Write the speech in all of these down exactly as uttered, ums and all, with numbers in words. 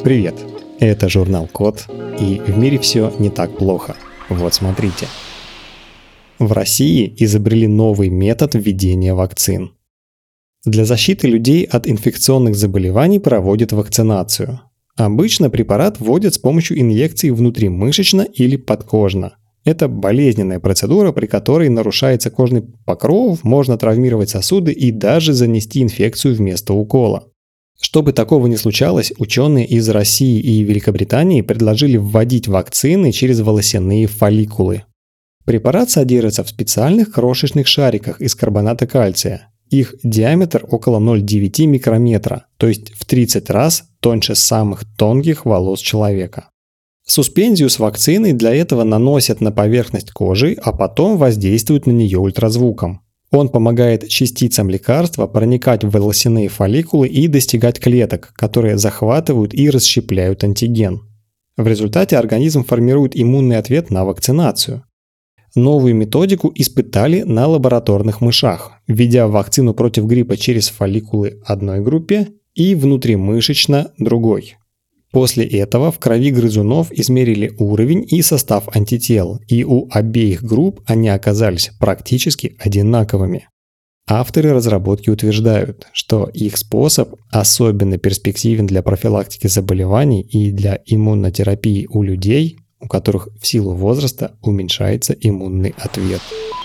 Привет, это журнал Код, и в мире все не так плохо. Вот смотрите. В России изобрели новый метод введения вакцин. Для защиты людей от инфекционных заболеваний проводят вакцинацию. Обычно препарат вводят с помощью инъекций внутримышечно или подкожно. Это болезненная процедура, при которой нарушается кожный покров, можно травмировать сосуды и даже занести инфекцию вместо укола. Чтобы такого не случалось, ученые из России и Великобритании предложили вводить вакцины через волосяные фолликулы. Препарат содержится в специальных крошечных шариках из карбоната кальция. Их диаметр около ноль целых девять десятых микрометра, то есть в тридцать раз тоньше самых тонких волос человека. Суспензию с вакциной для этого наносят на поверхность кожи, а потом воздействуют на нее ультразвуком. Он помогает частицам лекарства проникать в волосяные фолликулы и достигать клеток, которые захватывают и расщепляют антиген. В результате организм формирует иммунный ответ на вакцинацию. Новую методику испытали на лабораторных мышах, введя вакцину против гриппа через фолликулы одной группе и внутримышечно другой. После этого в крови грызунов измерили уровень и состав антител, и у обеих групп они оказались практически одинаковыми. Авторы разработки утверждают, что их способ особенно перспективен для профилактики заболеваний и для иммунотерапии у людей, у которых в силу возраста уменьшается иммунный ответ.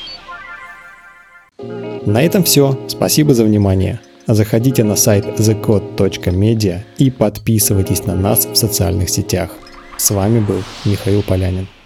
На этом все. Спасибо за внимание. Заходите на сайт зе код точка медиа и подписывайтесь на нас в социальных сетях. С вами был Михаил Полянин.